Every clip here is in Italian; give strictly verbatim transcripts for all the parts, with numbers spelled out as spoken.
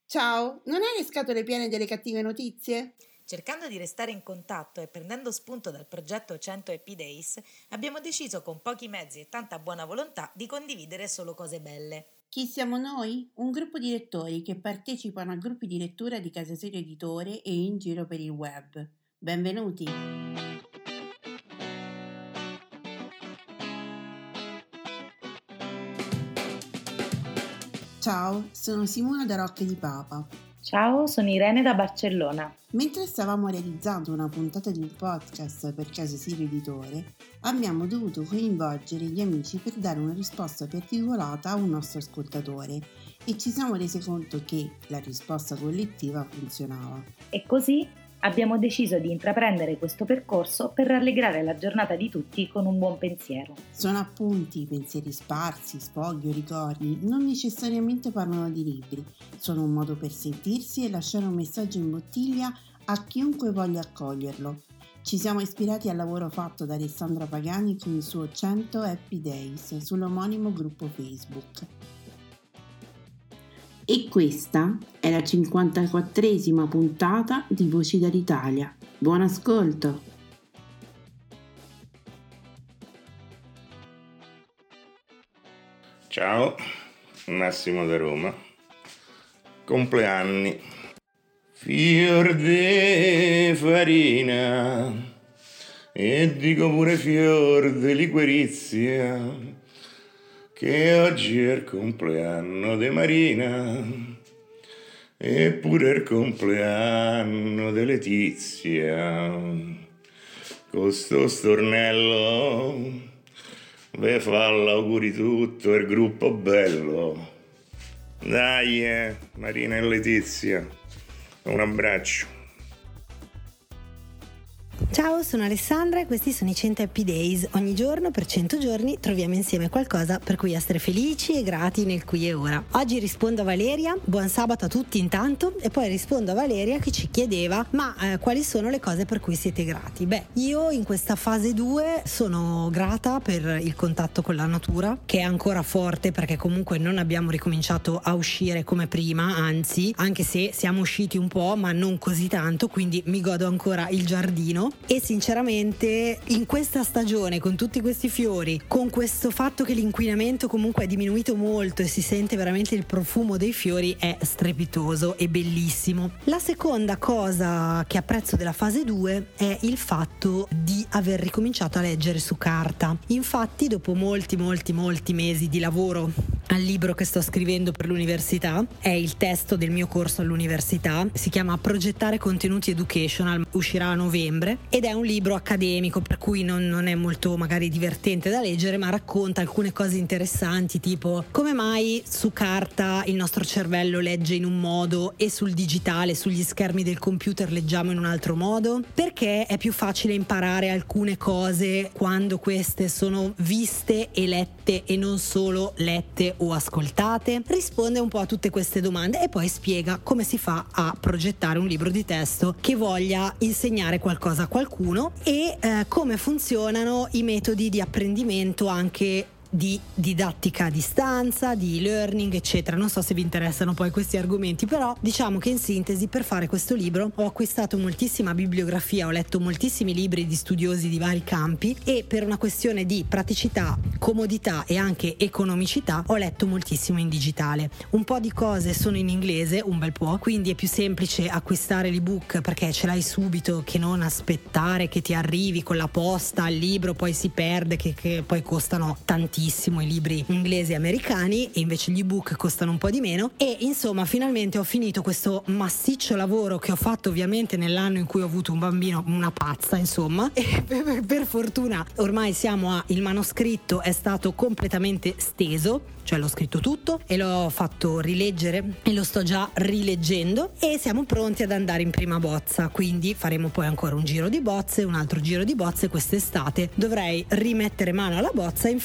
Ciao, non hai le scatole piene delle cattive notizie? Cercando di restare in contatto e prendendo spunto dal progetto cento Happy Days, abbiamo deciso con pochi mezzi e tanta buona volontà di condividere solo cose belle. Chi siamo noi? Un gruppo di lettori che partecipano a gruppi di lettura di Casa Serio Editore e in giro per il web. Benvenuti! Ciao, sono Simona da Rocche di Papa. Ciao, sono Irene da Barcellona. Mentre stavamo realizzando una puntata di un podcast per Casa Serio Editore, abbiamo dovuto coinvolgere gli amici per dare una risposta particolata a un nostro ascoltatore e ci siamo resi conto che la risposta collettiva funzionava. E così abbiamo deciso di intraprendere questo percorso per rallegrare la giornata di tutti con un buon pensiero. Sono appunti, pensieri sparsi, sfoghi o ricordi, non necessariamente parlano di libri, sono un modo per sentirsi e lasciare un messaggio in bottiglia a chiunque voglia accoglierlo. Ci siamo ispirati al lavoro fatto da Alessandra Pagani con il suo cento Happy Days sull'omonimo gruppo Facebook. E questa è la cinquantaquattresima puntata di Voci dall'Italia. Buon ascolto! Ciao, Massimo da Roma. Compleanni. Fior de farina e dico pure fior de liquerizia, che oggi è il compleanno di Marina e pure il compleanno di Letizia. Con sto stornello ve fa l'auguri tutto il gruppo bello. Dai, eh, Marina e Letizia, un abbraccio. Ciao, sono Alessandra e questi sono i cento Happy Days. Ogni giorno per cento giorni troviamo insieme qualcosa per cui essere felici e grati nel qui e ora. Oggi rispondo a Valeria, buon sabato a tutti intanto, e poi rispondo a Valeria che ci chiedeva ma eh, quali sono le cose per cui siete grati? Beh, io in questa fase due sono grata per il contatto con la natura, che è ancora forte perché comunque non abbiamo ricominciato a uscire come prima, anzi, anche se siamo usciti un po' ma non così tanto, quindi mi godo ancora il giardino. E sinceramente in questa stagione, con tutti questi fiori, con questo fatto che l'inquinamento comunque è diminuito molto e si sente veramente il profumo dei fiori, è strepitoso e bellissimo. La seconda cosa che apprezzo della fase due è il fatto di aver ricominciato a leggere su carta. Infatti dopo molti molti molti mesi di lavoro al libro che sto scrivendo per l'università, è il testo del mio corso all'università, si chiama Progettare contenuti educational, uscirà a novembre ed è un libro accademico per cui non, non è molto magari divertente da leggere, ma racconta alcune cose interessanti, tipo come mai su carta il nostro cervello legge in un modo e sul digitale, sugli schermi del computer leggiamo in un altro modo, perché è più facile imparare alcune cose quando queste sono viste e lette e non solo lette o ascoltate. Risponde un po' a tutte queste domande e poi spiega come si fa a progettare un libro di testo che voglia insegnare qualcosa a qualcuno e eh, come funzionano i metodi di apprendimento anche di didattica a distanza, di e-learning eccetera. Non so se vi interessano poi questi argomenti, però diciamo che in sintesi per fare questo libro ho acquistato moltissima bibliografia, ho letto moltissimi libri di studiosi di vari campi e per una questione di praticità, comodità e anche economicità ho letto moltissimo in digitale. Un po' di cose sono in inglese, un bel po', quindi è più semplice acquistare l'ebook perché ce l'hai subito che non aspettare che ti arrivi con la posta il libro, poi si perde, che, che poi costano tantissimo i libri inglesi e americani e invece gli ebook costano un po' di meno. E insomma finalmente ho finito questo massiccio lavoro che ho fatto ovviamente nell'anno in cui ho avuto un bambino, una pazza insomma, e per, per fortuna ormai siamo a il manoscritto è stato completamente steso, cioè l'ho scritto tutto e l'ho fatto rileggere e lo sto già rileggendo e siamo pronti ad andare in prima bozza, quindi faremo poi ancora un giro di bozze, un altro giro di bozze quest'estate, dovrei rimettere mano alla bozza e infine a novembre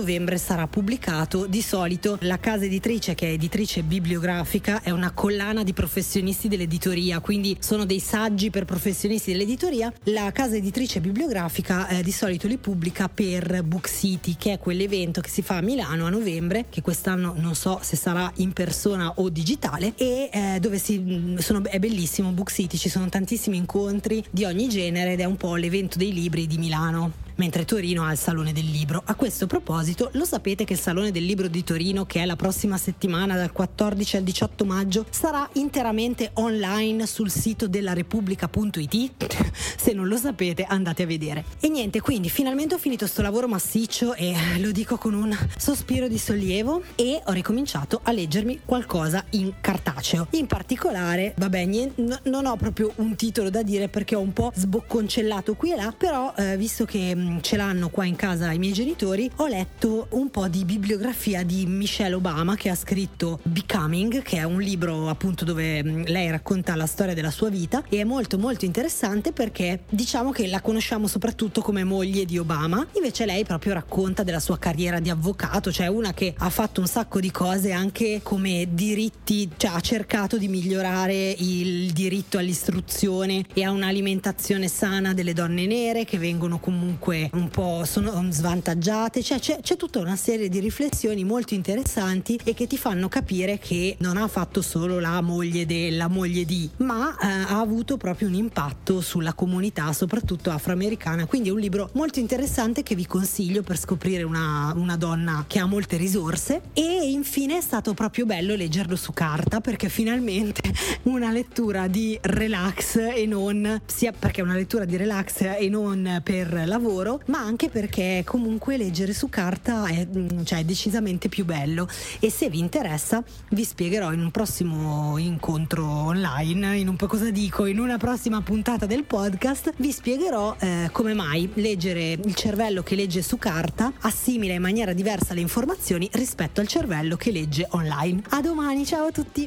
novembre sarà pubblicato. Di solito la casa editrice, che è editrice bibliografica, è una collana di professionisti dell'editoria, quindi sono dei saggi per professionisti dell'editoria. La casa editrice bibliografica eh, di solito li pubblica per Book City, che è quell'evento che si fa a Milano a novembre, che quest'anno non so se sarà in persona o digitale, e eh, dove si, sono, è bellissimo Book City, ci sono tantissimi incontri di ogni genere ed è un po' l'evento dei libri di Milano, mentre Torino ha il Salone del Libro. A questo proposito, lo sapete che il Salone del Libro di Torino, che è la prossima settimana dal quattordici al diciotto maggio, sarà interamente online sul sito della repubblica punto it? Se non lo sapete, andate a vedere. E niente, quindi finalmente ho finito sto lavoro massiccio e lo dico con un sospiro di sollievo, e ho ricominciato a leggermi qualcosa in cartaceo. In particolare, vabbè, niente, no, non ho proprio un titolo da dire perché ho un po' sbocconcellato qui e là, però eh, visto che ce l'hanno qua in casa i miei genitori, ho letto un po' di bibliografia di Michelle Obama, che ha scritto Becoming, che è un libro appunto dove lei racconta la storia della sua vita, e è molto molto interessante perché diciamo che la conosciamo soprattutto come moglie di Obama, invece lei proprio racconta della sua carriera di avvocato, cioè una che ha fatto un sacco di cose anche come diritti, cioè ha cercato di migliorare il diritto all'istruzione e a un'alimentazione sana delle donne nere che vengono comunque un po' sono svantaggiate, cioè c'è, c'è tutta una serie di riflessioni molto interessanti e che ti fanno capire che non ha fatto solo la moglie della moglie di, ma eh, ha avuto proprio un impatto sulla comunità, soprattutto afroamericana. Quindi è un libro molto interessante che vi consiglio per scoprire una, una donna che ha molte risorse. E infine è stato proprio bello leggerlo su carta, perché finalmente una lettura di relax, e non sia perché è una lettura di relax e non per lavoro, ma anche perché comunque leggere su carta è, cioè, è decisamente più bello. E se vi interessa vi spiegherò in un prossimo incontro online, in un po' cosa dico, in una prossima puntata del podcast vi spiegherò eh, come mai leggere, il cervello che legge su carta assimila in maniera diversa le informazioni rispetto al cervello che legge online. A domani, ciao a tutti!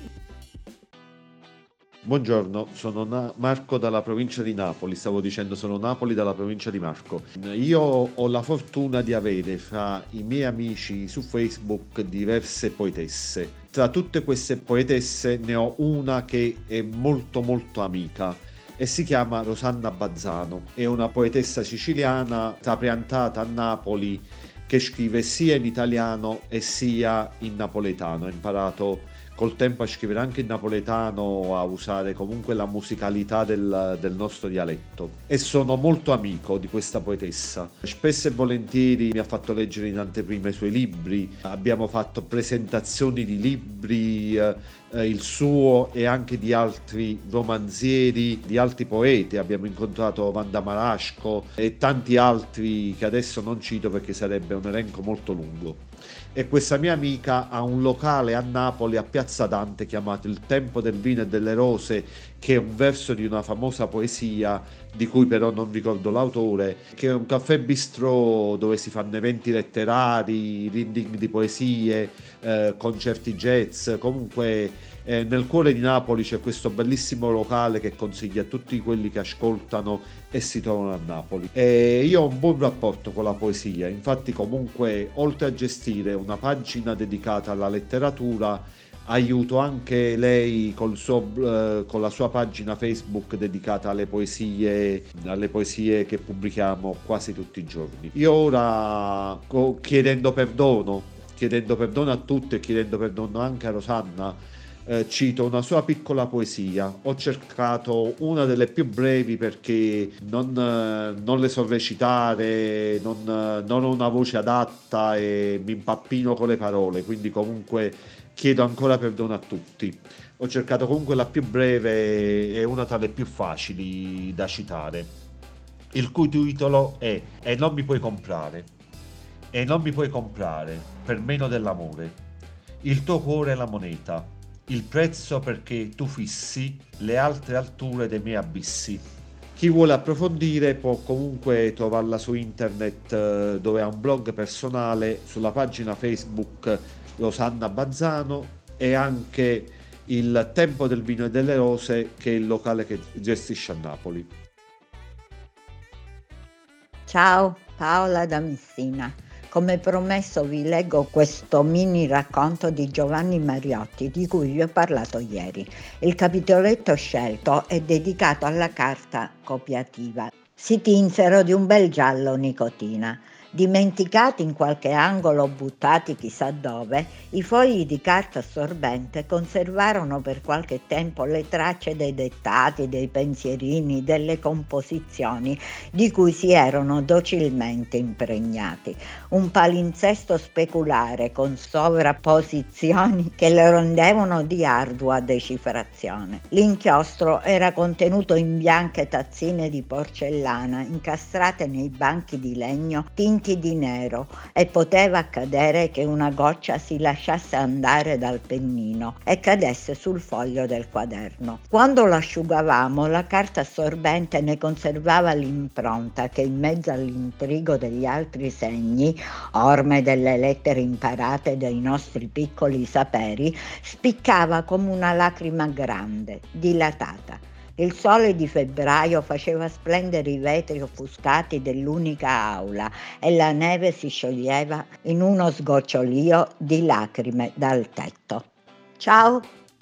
Buongiorno, sono Na- Marco dalla provincia di Napoli, stavo dicendo sono Napoli dalla provincia di Marco. Io ho la fortuna di avere fra i miei amici su Facebook diverse poetesse. Tra tutte queste poetesse ne ho una che è molto molto amica e si chiama Rosanna Bazzano. È una poetessa siciliana trapiantata a Napoli che scrive sia in italiano e sia in napoletano. Ha imparato col tempo a scrivere anche in napoletano, a usare comunque la musicalità del, del nostro dialetto, e sono molto amico di questa poetessa. Spesso e volentieri mi ha fatto leggere in anteprima i suoi libri, abbiamo fatto presentazioni di libri, eh, il suo e anche di altri romanzieri, di altri poeti. Abbiamo incontrato Wanda Marasco e tanti altri che adesso non cito perché sarebbe un elenco molto lungo. E questa mia amica ha un locale a Napoli, a Piazza Dante, chiamato Il Tempo del Vino e delle Rose, che è un verso di una famosa poesia di cui però non ricordo l'autore, che è un caffè bistrò dove si fanno eventi letterari, reading di poesie, eh, concerti jazz. Comunque eh, nel cuore di Napoli c'è questo bellissimo locale che consiglio a tutti quelli che ascoltano e si trovano a Napoli. E io ho un buon rapporto con la poesia, infatti comunque oltre a gestire una pagina dedicata alla letteratura, aiuto anche lei col suo, eh, con la sua pagina Facebook dedicata alle poesie, alle poesie che pubblichiamo quasi tutti i giorni. Io ora, co- chiedendo perdono, chiedendo perdono a tutti e chiedendo perdono anche a Rosanna, eh, cito una sua piccola poesia. Ho cercato una delle più brevi perché non, eh, non le so recitare, non, eh, non ho una voce adatta e mi impappino con le parole, quindi comunque chiedo ancora perdono a tutti. Ho cercato comunque la più breve e una tra le più facili da citare, il cui titolo è E non mi puoi comprare, e non mi puoi comprare per meno dell'amore. Il tuo cuore è la moneta, il prezzo perché tu fissi le altre alture dei miei abissi. Chi vuole approfondire può comunque trovarla su internet, dove ha un blog personale, sulla pagina Facebook Rosanna Bazzano, e anche il Tempo del Vino e delle Rose, che è il locale che gestisce a Napoli. Ciao, Paola da Messina. Come promesso vi leggo questo mini racconto di Giovanni Mariotti di cui vi ho parlato ieri. Il capitoletto scelto è dedicato alla carta copiativa. Si tinsero di un bel giallo nicotina. Dimenticati in qualche angolo o buttati chissà dove, i fogli di carta assorbente conservarono per qualche tempo le tracce dei dettati, dei pensierini, delle composizioni di cui si erano docilmente impregnati. Un palinsesto speculare con sovrapposizioni che le rendevano di ardua decifrazione. L'inchiostro era contenuto in bianche tazzine di porcellana incastrate nei banchi di legno tinti di nero e poteva accadere che una goccia si lasciasse andare dal pennino e cadesse sul foglio del quaderno. Quando l'asciugavamo, la carta assorbente ne conservava l'impronta che in mezzo all'intrigo degli altri segni, orme delle lettere imparate dai nostri piccoli saperi, spiccava come una lacrima grande, dilatata. Il sole di febbraio faceva splendere i vetri offuscati dell'unica aula e la neve si scioglieva in uno sgocciolio di lacrime dal tetto. Ciao!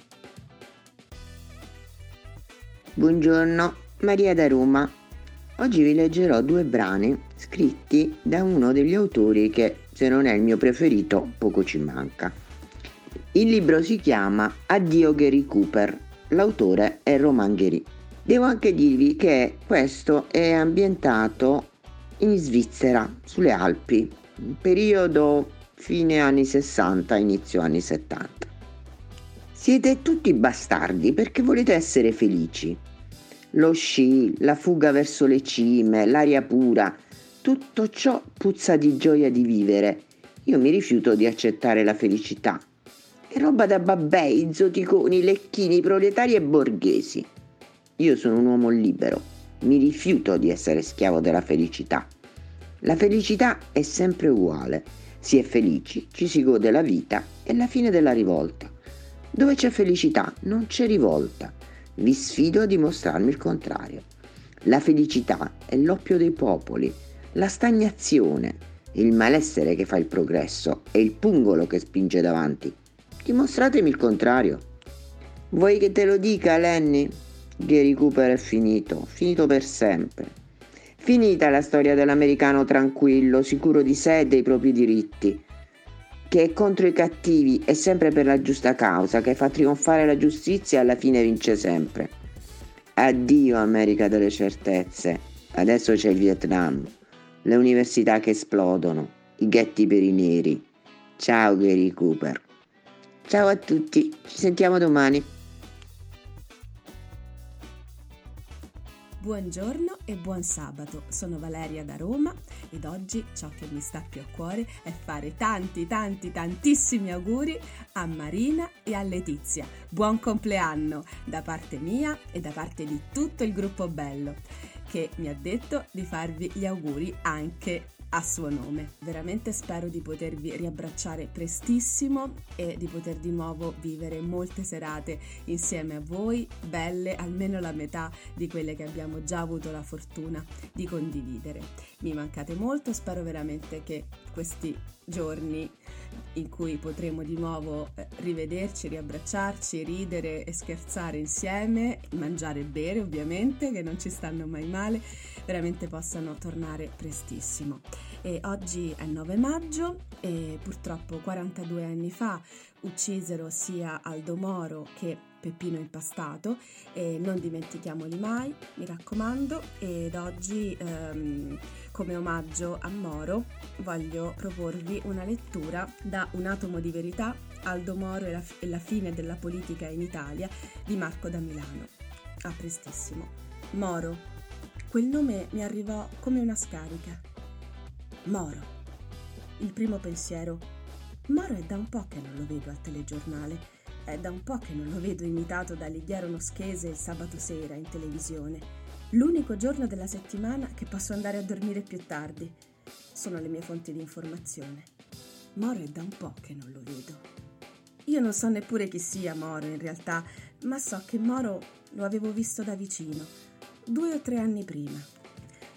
Buongiorno, Maria da Roma. Oggi vi leggerò due brani scritti da uno degli autori che, se non è il mio preferito, poco ci manca. Il libro si chiama Addio Gary Cooper. L'autore è Romain Gary. Devo anche dirvi che questo è ambientato in Svizzera, sulle Alpi, periodo fine anni sessanta, inizio anni settanta. Siete tutti bastardi perché volete essere felici. Lo sci, la fuga verso le cime, l'aria pura, tutto ciò puzza di gioia di vivere. Io mi rifiuto di accettare la felicità. È roba da babbei, zoticoni, lecchini, proletari e borghesi. Io sono un uomo libero, mi rifiuto di essere schiavo della felicità. La felicità è sempre uguale, si è felici, ci si gode la vita, è la fine della rivolta. Dove c'è felicità non c'è rivolta, vi sfido a dimostrarmi il contrario. La felicità è l'oppio dei popoli, la stagnazione, il malessere che fa il progresso, è il pungolo che spinge davanti. Dimostratemi il contrario. Vuoi che te lo dica, Lenny? Gary Cooper è finito, finito per sempre. Finita la storia dell'americano tranquillo, sicuro di sé e dei propri diritti, che è contro i cattivi e sempre per la giusta causa, che fa trionfare la giustizia e alla fine vince sempre. Addio America delle certezze, adesso c'è il Vietnam, le università che esplodono, i ghetti per i neri. Ciao Gary Cooper. Ciao a tutti, ci sentiamo domani. Buongiorno e buon sabato, sono Valeria da Roma ed oggi ciò che mi sta più a cuore è fare tanti tanti tantissimi auguri a Marina e a Letizia. Buon compleanno da parte mia e da parte di tutto il gruppo Bello, che mi ha detto di farvi gli auguri anche a suo nome. Veramente spero di potervi riabbracciare prestissimo e di poter di nuovo vivere molte serate insieme a voi, belle almeno la metà di quelle che abbiamo già avuto la fortuna di condividere. Mi mancate molto, spero veramente che questi giorni in cui potremo di nuovo rivederci, riabbracciarci, ridere e scherzare insieme, mangiare e bere ovviamente, che non ci stanno mai male, veramente possano tornare prestissimo. E oggi è nove maggio e purtroppo quarantadue anni fa uccisero sia Aldo Moro che Peppino Impastato e non dimentichiamoli mai, mi raccomando. Ed oggi ehm, come omaggio a Moro voglio proporvi una lettura da Un atomo di verità, Aldo Moro e la, e la fine della politica in Italia di Marco da Milano. A prestissimo. Moro, quel nome mi arrivò come una scarica. Moro, il primo pensiero. Moro è da un po' che non lo vedo al telegiornale. È da un po' che non lo vedo imitato da Lighiero Noschese il sabato sera in televisione. L'unico giorno della settimana che posso andare a dormire più tardi. Sono le mie fonti di informazione. Moro è da un po' che non lo vedo. Io non so neppure chi sia Moro in realtà, ma so che Moro lo avevo visto da vicino, due o tre anni prima.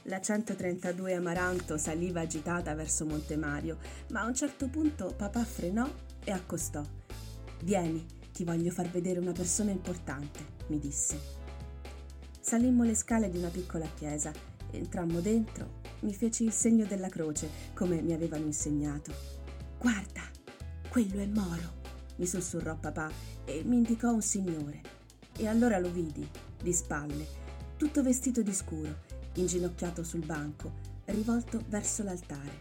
La centotrentadue Amaranto saliva agitata verso Montemario, ma a un certo punto papà frenò e accostò. «Vieni, ti voglio far vedere una persona importante», mi disse. Salimmo le scale di una piccola chiesa, entrammo dentro, mi feci il segno della croce, come mi avevano insegnato. «Guarda, quello è Moro», mi sussurrò papà e mi indicò un signore. E allora lo vidi, di spalle, tutto vestito di scuro, inginocchiato sul banco, rivolto verso l'altare.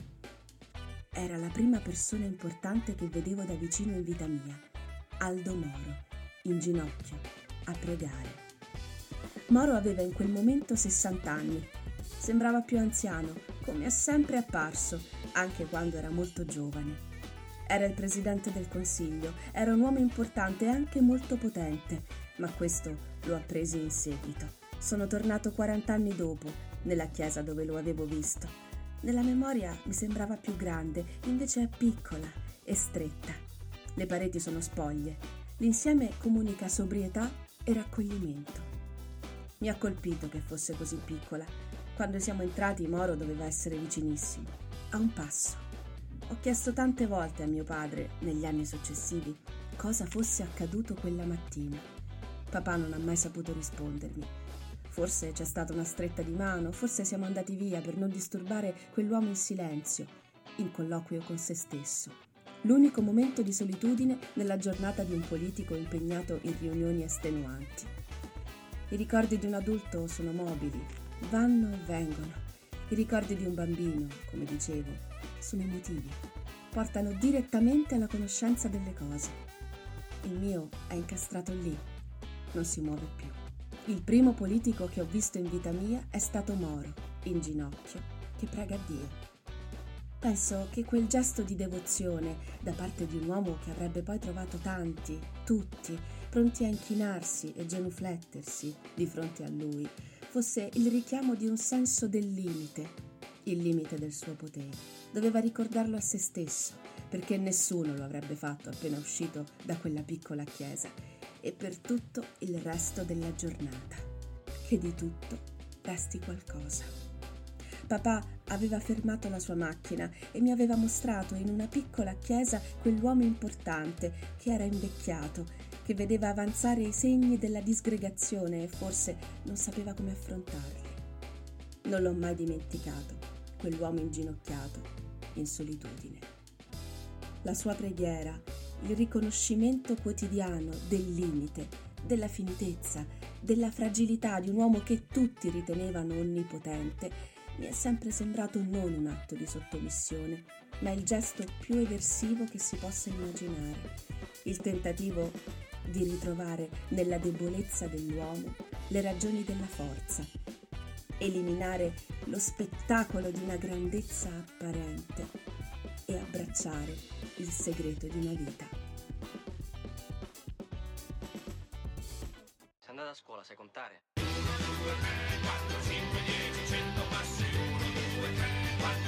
Era la prima persona importante che vedevo da vicino in vita mia, Aldo Moro, in ginocchio, a pregare. Moro aveva in quel momento sessanta anni. Sembrava più anziano, come è sempre apparso, anche quando era molto giovane. Era il presidente del Consiglio, era un uomo importante e anche molto potente, ma questo lo appresi in seguito. Sono tornato quarant'anni dopo, nella chiesa dove lo avevo visto. Nella memoria mi sembrava più grande, invece è piccola e stretta. Le pareti sono spoglie. L'insieme comunica sobrietà e raccoglimento. Mi ha colpito che fosse così piccola. Quando siamo entrati, Moro doveva essere vicinissimo, a un passo. Ho chiesto tante volte a mio padre, negli anni successivi, cosa fosse accaduto quella mattina. Papà non ha mai saputo rispondermi. Forse c'è stata una stretta di mano, forse siamo andati via per non disturbare quell'uomo in silenzio, in colloquio con se stesso. L'unico momento di solitudine nella giornata di un politico impegnato in riunioni estenuanti. I ricordi di un adulto sono mobili, vanno e vengono. I ricordi di un bambino, come dicevo, sono emotivi, portano direttamente alla conoscenza delle cose. Il mio è incastrato lì, non si muove più. Il primo politico che ho visto in vita mia è stato Moro, in ginocchio, che prega Dio. Penso che quel gesto di devozione da parte di un uomo che avrebbe poi trovato tanti, tutti, pronti a inchinarsi e genuflettersi di fronte a lui, fosse il richiamo di un senso del limite, il limite del suo potere. Doveva ricordarlo a se stesso, perché nessuno lo avrebbe fatto appena uscito da quella piccola chiesa, e per tutto il resto della giornata. Che di tutto resti qualcosa. Papà aveva fermato la sua macchina e mi aveva mostrato in una piccola chiesa quell'uomo importante che era invecchiato, che vedeva avanzare i segni della disgregazione e forse non sapeva come affrontarli. Non l'ho mai dimenticato, quell'uomo inginocchiato, in solitudine. La sua preghiera, il riconoscimento quotidiano del limite, della finitezza, della fragilità di un uomo che tutti ritenevano onnipotente, mi è sempre sembrato non un atto di sottomissione, ma il gesto più eversivo che si possa immaginare, il tentativo di ritrovare nella debolezza dell'uomo le ragioni della forza, eliminare lo spettacolo di una grandezza apparente e abbracciare il segreto di una vita. Sei andata a scuola, sai contare? quattro, cinque, dieci, cento passi, uno, due, tre, quattro